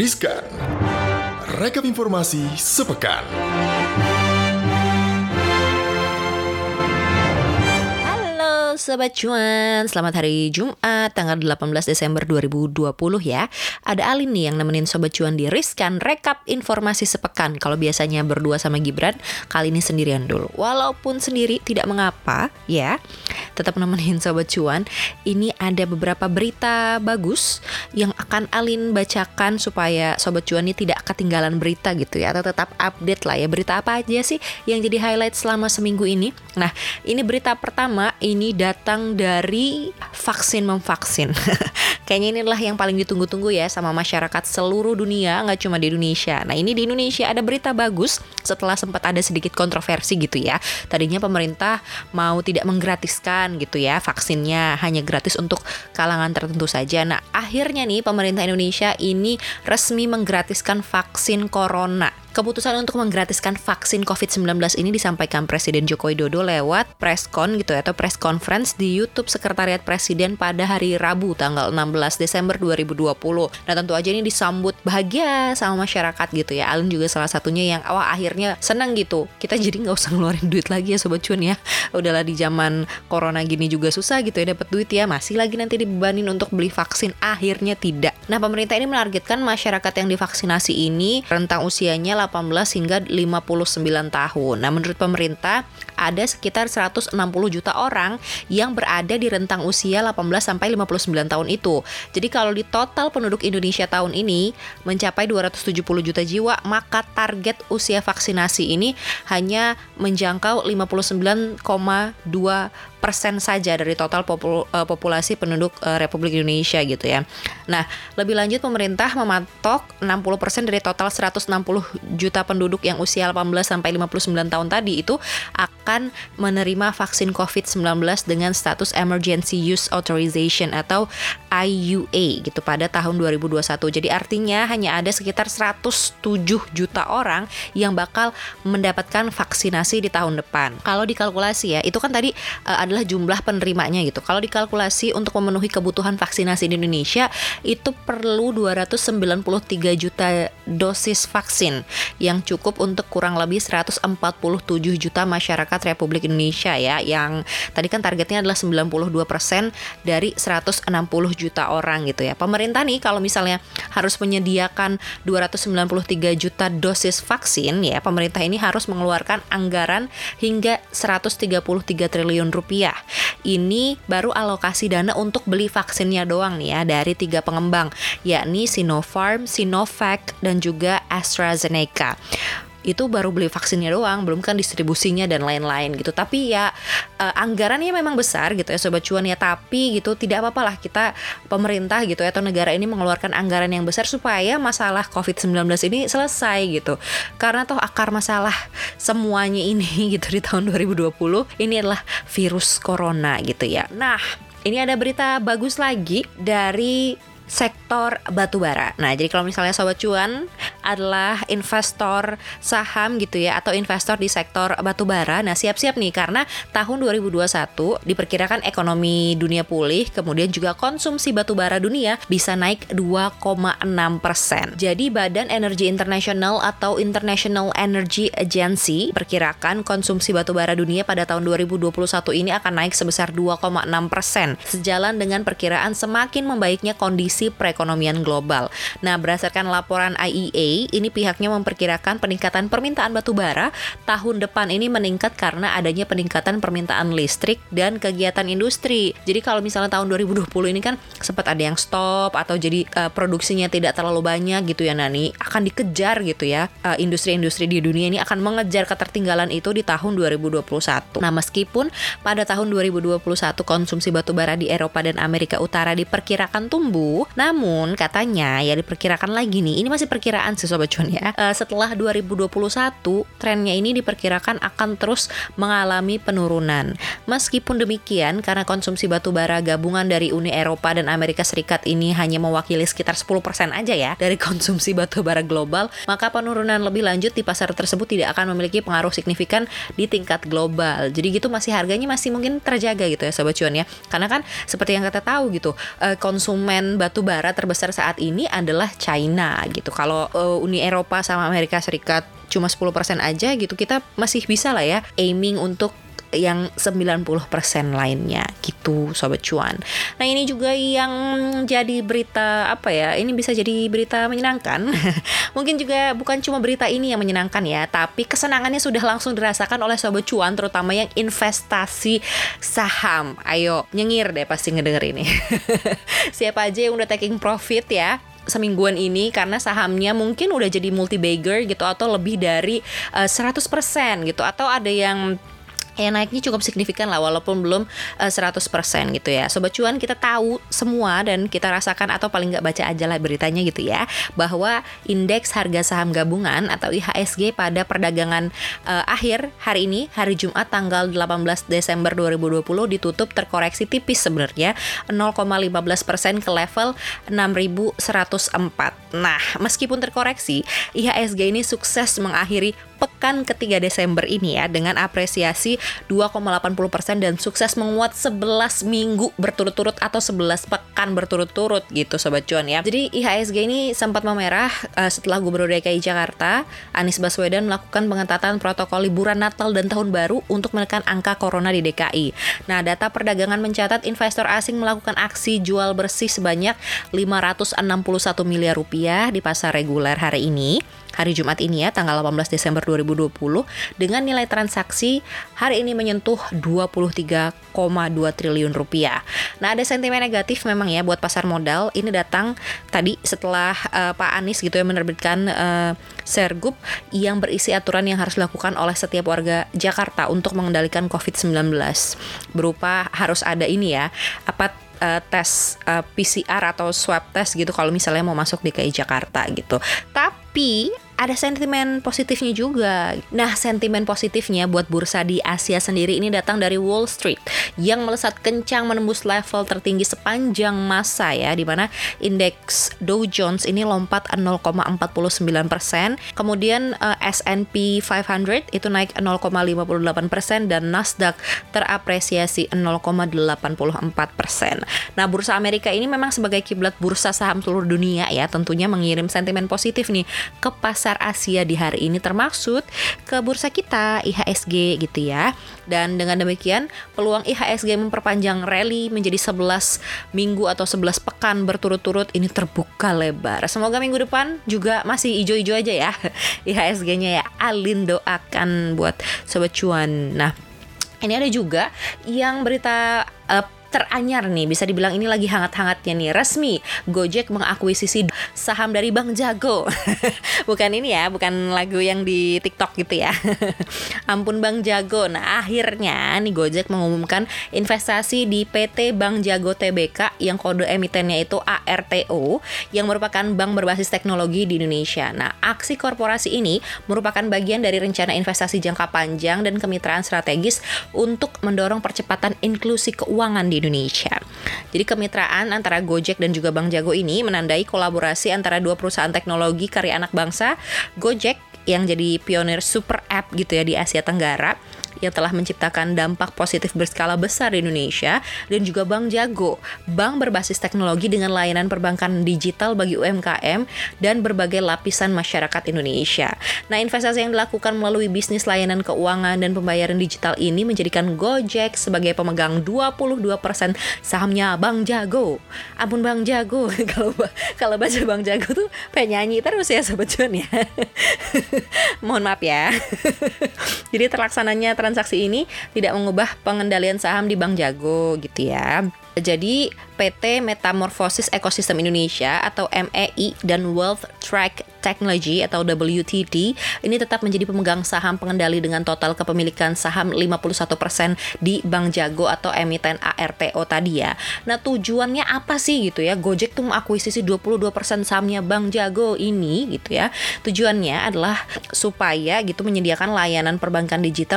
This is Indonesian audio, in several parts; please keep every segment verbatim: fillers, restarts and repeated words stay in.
Riskan. Rekap informasi sepekan. Sobat Cuan, selamat hari Jumat tanggal delapan belas Desember dua ribu dua puluh ya. Ada Alin nih yang nemenin Sobat Cuan di Riskan Rekap Informasi Sepekan. Kalau biasanya berdua sama Gibran, kali ini sendirian dulu. Walaupun sendiri tidak mengapa ya, tetap nemenin Sobat Cuan. Ini ada beberapa berita bagus yang akan Alin bacakan supaya Sobat Cuan ini tidak ketinggalan berita gitu ya, atau tetap update lah ya. Berita apa aja sih yang jadi highlight selama seminggu ini? Nah, ini berita pertama, ini datang dari vaksin memvaksin. Kayaknya inilah yang paling ditunggu-tunggu ya sama masyarakat seluruh dunia, nggak cuma di Indonesia. Nah, ini di Indonesia ada berita bagus setelah sempat ada sedikit kontroversi gitu ya. Tadinya pemerintah mau tidak menggratiskan gitu ya vaksinnya, hanya gratis untuk kalangan tertentu saja. Nah, akhirnya nih pemerintah Indonesia ini resmi menggratiskan vaksin corona. Keputusan untuk menggratiskan vaksin covid sembilan belas ini disampaikan Presiden Joko Widodo lewat press-con gitu ya, atau press conference di YouTube Sekretariat Presiden pada hari Rabu tanggal enam belas Desember dua ribu dua puluh. Nah, tentu aja ini disambut bahagia sama masyarakat gitu ya. Alin juga salah satunya yang wah akhirnya senang gitu. Kita jadi nggak usah ngeluarin duit lagi ya Sobat Cuan ya. Udahlah di zaman corona gini juga susah gitu ya dapat duit ya. Masih lagi nanti dibebanin untuk beli vaksin, akhirnya tidak. Nah, pemerintah ini menargetkan masyarakat yang divaksinasi ini rentang usianya delapan belas hingga lima puluh sembilan tahun. Nah, menurut pemerintah ada sekitar seratus enam puluh juta orang yang berada di rentang usia delapan belas sampai lima puluh sembilan tahun itu. Jadi kalau di total penduduk Indonesia tahun ini mencapai dua ratus tujuh puluh juta jiwa, maka target usia vaksinasi ini hanya menjangkau lima puluh sembilan koma dua persen saja dari total popul- uh, populasi penduduk uh, Republik Indonesia gitu ya. Nah, lebih lanjut pemerintah mematok enam puluh persen dari total seratus enam puluh juta penduduk yang usia delapan belas sampai lima puluh sembilan tahun tadi itu akan menerima vaksin covid sembilan belas dengan status Emergency Use Authorization atau I U A gitu pada tahun dua ribu dua puluh satu. Jadi artinya hanya ada sekitar seratus tujuh juta orang yang bakal mendapatkan vaksinasi di tahun depan. Kalau dikalkulasi ya, itu kan tadi uh, adalah jumlah penerimanya gitu. Kalau dikalkulasi untuk memenuhi kebutuhan vaksinasi di Indonesia itu perlu dua ratus sembilan puluh tiga juta dosis vaksin yang cukup untuk kurang lebih seratus empat puluh tujuh juta masyarakat Republik Indonesia ya, yang tadi kan targetnya adalah sembilan puluh dua persen dari seratus enam puluh juta orang gitu ya. Pemerintah nih kalau misalnya harus menyediakan dua ratus sembilan puluh tiga juta dosis vaksin ya, pemerintah ini harus mengeluarkan anggaran hingga seratus tiga puluh tiga triliun rupiah. Ini baru alokasi dana untuk beli vaksinnya doang nih ya dari tiga pengembang, yakni Sinopharm, Sinovac, dan juga AstraZeneca. Itu baru beli vaksinnya doang, belum kan distribusinya dan lain-lain gitu. Tapi ya uh, anggarannya memang besar gitu ya Sobat Cuan ya, tapi gitu tidak apa-apa lah kita pemerintah gitu ya, atau negara ini mengeluarkan anggaran yang besar supaya masalah covid sembilan belas ini selesai gitu. Karena toh akar masalah semuanya ini gitu di tahun dua ribu dua puluh ini adalah virus corona gitu ya. Nah, ini ada berita bagus lagi dari sektor batubara. Nah, jadi kalau misalnya Sobat Cuan adalah investor saham gitu ya, atau investor di sektor batubara, nah siap-siap nih karena tahun dua ribu dua puluh satu diperkirakan ekonomi dunia pulih, kemudian juga konsumsi batubara dunia bisa naik dua koma enam persen. Jadi Badan Energi Internasional atau International Energy Agency perkirakan konsumsi batubara dunia pada tahun dua ribu dua puluh satu ini akan naik sebesar dua koma enam persen, sejalan dengan perkiraan semakin membaiknya kondisi perekonomian global. Nah, berdasarkan laporan I E A, ini pihaknya memperkirakan peningkatan permintaan batubara tahun depan ini meningkat karena adanya peningkatan permintaan listrik dan kegiatan industri. Jadi kalau misalnya tahun dua ribu dua puluh ini kan sempat ada yang stop atau jadi uh, produksinya tidak terlalu banyak gitu ya Nani, akan dikejar gitu ya. Uh, industri-industri di dunia ini akan mengejar ketertinggalan itu di tahun dua ribu dua puluh satu. Nah, meskipun pada tahun dua ribu dua puluh satu konsumsi batubara di Eropa dan Amerika Utara diperkirakan tumbuh, namun katanya ya diperkirakan lagi nih, ini masih perkiraan sih Sobat Cuan ya, uh, setelah dua ribu dua puluh satu trennya ini diperkirakan akan terus mengalami penurunan. Meskipun demikian, karena konsumsi batubara gabungan dari Uni Eropa dan Amerika Serikat ini hanya mewakili sekitar sepuluh persen aja ya dari konsumsi batubara global, maka penurunan lebih lanjut di pasar tersebut tidak akan memiliki pengaruh signifikan di tingkat global. Jadi gitu masih harganya masih mungkin terjaga gitu ya Sobat Cuan ya. Karena kan seperti yang kita tahu gitu, uh, konsumen batu batu bara terbesar saat ini adalah China gitu. Kalau uh, Uni Eropa sama Amerika Serikat cuma sepuluh persen aja gitu, kita masih bisa lah ya aiming untuk yang sembilan puluh persen lainnya gitu Sobat Cuan. Nah ini juga yang jadi berita apa ya, ini bisa jadi berita menyenangkan. Mungkin juga bukan cuma berita ini yang menyenangkan ya, tapi kesenangannya sudah langsung dirasakan oleh Sobat Cuan, terutama yang investasi saham. Ayo nyengir deh pasti ngedenger ini. Siapa aja yang udah taking profit ya semingguan ini, karena sahamnya mungkin udah jadi multi bagger gitu, atau lebih dari uh, seratus persen gitu, atau ada yang ya naiknya cukup signifikan lah walaupun belum uh, seratus persen gitu ya. Sobat Cuan, kita tahu semua dan kita rasakan, atau paling nggak baca aja lah beritanya gitu ya, bahwa indeks harga saham gabungan atau I H S G pada perdagangan uh, akhir hari ini, hari Jumat tanggal delapan belas Desember dua ribu dua puluh ditutup terkoreksi tipis sebenarnya nol koma lima belas persen ke level enam ribu seratus empat. Nah, meskipun terkoreksi, I H S G ini sukses mengakhiri pekan ketiga Desember ini ya dengan apresiasi dua koma delapan puluh persen dan sukses menguat sebelas minggu berturut-turut atau sebelas pekan berturut-turut gitu Sobat Cuan ya. Jadi I H S G ini sempat memerah uh, setelah Gubernur D K I Jakarta Anies Baswedan melakukan pengetatan protokol liburan Natal dan Tahun Baru untuk menekan angka corona di D K I. Nah, data perdagangan mencatat investor asing melakukan aksi jual bersih sebanyak lima ratus enam puluh satu miliar rupiah di pasar reguler hari ini, hari Jumat ini ya, tanggal delapan belas Desember dua ribu dua puluh, dengan nilai transaksi hari ini menyentuh dua puluh tiga koma dua triliun rupiah. Nah, ada sentimen negatif memang ya buat pasar modal. Ini datang tadi setelah uh, Pak Anies gitu ya menerbitkan uh, Sergup yang berisi aturan yang harus dilakukan oleh setiap warga Jakarta untuk mengendalikan covid sembilan belas. Berupa harus ada ini ya, apa uh, tes uh, P C R atau swab test gitu kalau misalnya mau masuk D K I Jakarta gitu. Tapi ada sentimen positifnya juga. Nah, sentimen positifnya buat bursa di Asia sendiri ini datang dari Wall Street yang melesat kencang menembus level tertinggi sepanjang masa ya, di mana indeks Dow Jones ini lompat nol koma empat sembilan persen, kemudian uh, S and P lima ratus itu naik nol koma lima delapan persen dan Nasdaq terapresiasi nol koma delapan empat persen. Nah, bursa Amerika ini memang sebagai kiblat bursa saham seluruh dunia ya, tentunya mengirim sentimen positif nih ke pasar Asia di hari ini, termaksud ke bursa kita I H S G gitu ya. Dan dengan demikian peluang I H S G memperpanjang rally menjadi sebelas minggu atau sebelas pekan berturut-turut ini terbuka lebar. Semoga minggu depan juga masih ijo-ijo aja ya I H S G-nya ya. Alin doakan buat Sobat Cuan. Nah, ini ada juga yang berita uh, teranyar nih, bisa dibilang ini lagi hangat-hangatnya nih. Resmi Gojek mengakuisisi saham dari Bang Jago. Bukan ini ya, bukan lagu yang di TikTok gitu ya. Ampun Bang Jago. Nah, akhirnya nih Gojek mengumumkan investasi di P T Bank Jago T B K yang kode emitennya itu A R T O, yang merupakan bank berbasis teknologi di Indonesia. Nah, aksi korporasi ini merupakan bagian dari rencana investasi jangka panjang dan kemitraan strategis untuk mendorong percepatan inklusi keuangan di Indonesia. Jadi kemitraan antara Gojek dan juga Bank Jago ini menandai kolaborasi antara dua perusahaan teknologi karya anak bangsa, Gojek yang jadi pionir super app gitu ya di Asia Tenggara, yang telah menciptakan dampak positif berskala besar di Indonesia, dan juga Bank Jago, bank berbasis teknologi dengan layanan perbankan digital bagi U M K M dan berbagai lapisan masyarakat Indonesia. Nah, investasi yang dilakukan melalui bisnis layanan keuangan dan pembayaran digital ini menjadikan Gojek sebagai pemegang dua puluh dua persen sahamnya Bank Jago. Ampun Bank Jago. Kalau kalau baca Bank Jago tuh pengen nyanyi terus ya Sobat Cuan ya. Mohon maaf ya. Jadi terlaksananya transaksi ini tidak mengubah pengendalian saham di Bank Jago gitu ya. Jadi P T Metamorphosis Ekosistem Indonesia atau M E I dan Wealth Track Technology atau W T D ini tetap menjadi pemegang saham pengendali dengan total kepemilikan saham lima puluh satu persen di Bank Jago atau emiten A R T O tadi ya. Nah, tujuannya apa sih gitu ya? Gojek tuh mengakuisisi dua puluh dua persen sahamnya Bank Jago ini gitu ya. Tujuannya adalah supaya gitu menyediakan layanan perbankan digital melalui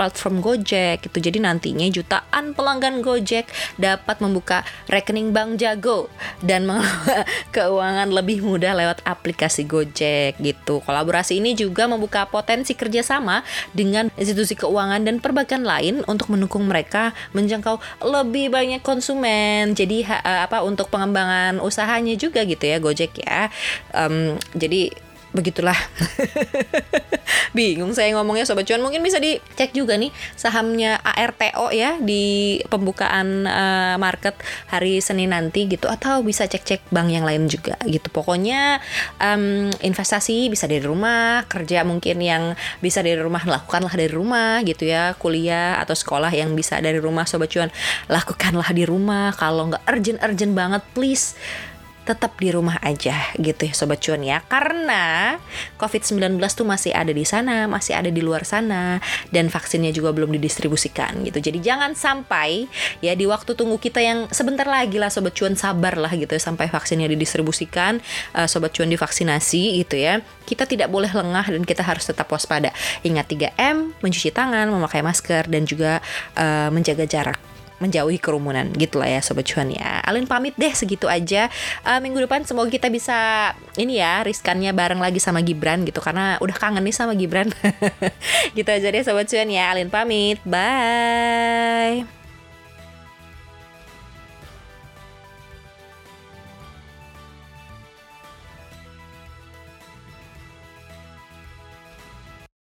platform Gojek gitu. Jadi nantinya jutaan pelanggan Gojek dapat membuka rekening bank Jago dan mengelola keuangan lebih mudah lewat aplikasi Gojek gitu. Kolaborasi ini juga membuka potensi kerjasama dengan institusi keuangan dan perbankan lain untuk mendukung mereka menjangkau lebih banyak konsumen. Jadi ha, apa untuk pengembangan usahanya juga gitu ya Gojek ya. Um, jadi begitulah. Bingung saya ngomongnya Sobat Cuan. Mungkin bisa dicek juga nih sahamnya A R T O ya di pembukaan uh, market hari Senin nanti gitu, atau bisa cek-cek bank yang lain juga gitu. Pokoknya um, investasi bisa dari rumah, kerja mungkin yang bisa dari rumah lakukanlah dari rumah gitu ya. Kuliah atau sekolah yang bisa dari rumah Sobat Cuan lakukanlah di rumah. Kalau nggak urgent-urgent banget, please tetap di rumah aja gitu ya Sobat Cuan ya, karena covid sembilan belas tuh masih ada di sana, masih ada di luar sana, dan vaksinnya juga belum didistribusikan gitu. Jadi jangan sampai ya di waktu tunggu kita yang sebentar lagi lah Sobat Cuan, sabar lah gitu ya sampai vaksinnya didistribusikan, uh, Sobat Cuan divaksinasi gitu ya. Kita tidak boleh lengah dan kita harus tetap waspada. Ingat tiga M, mencuci tangan, memakai masker, dan juga uh, menjaga jarak, menjauhi kerumunan gitulah ya Sobat Cuan ya. Alin pamit deh, segitu aja. uh, Minggu depan semoga kita bisa ini ya riskannya bareng lagi sama Gibran gitu, karena udah kangen nih sama Gibran. Gitu aja deh Sobat Cuan ya. Alin pamit, bye.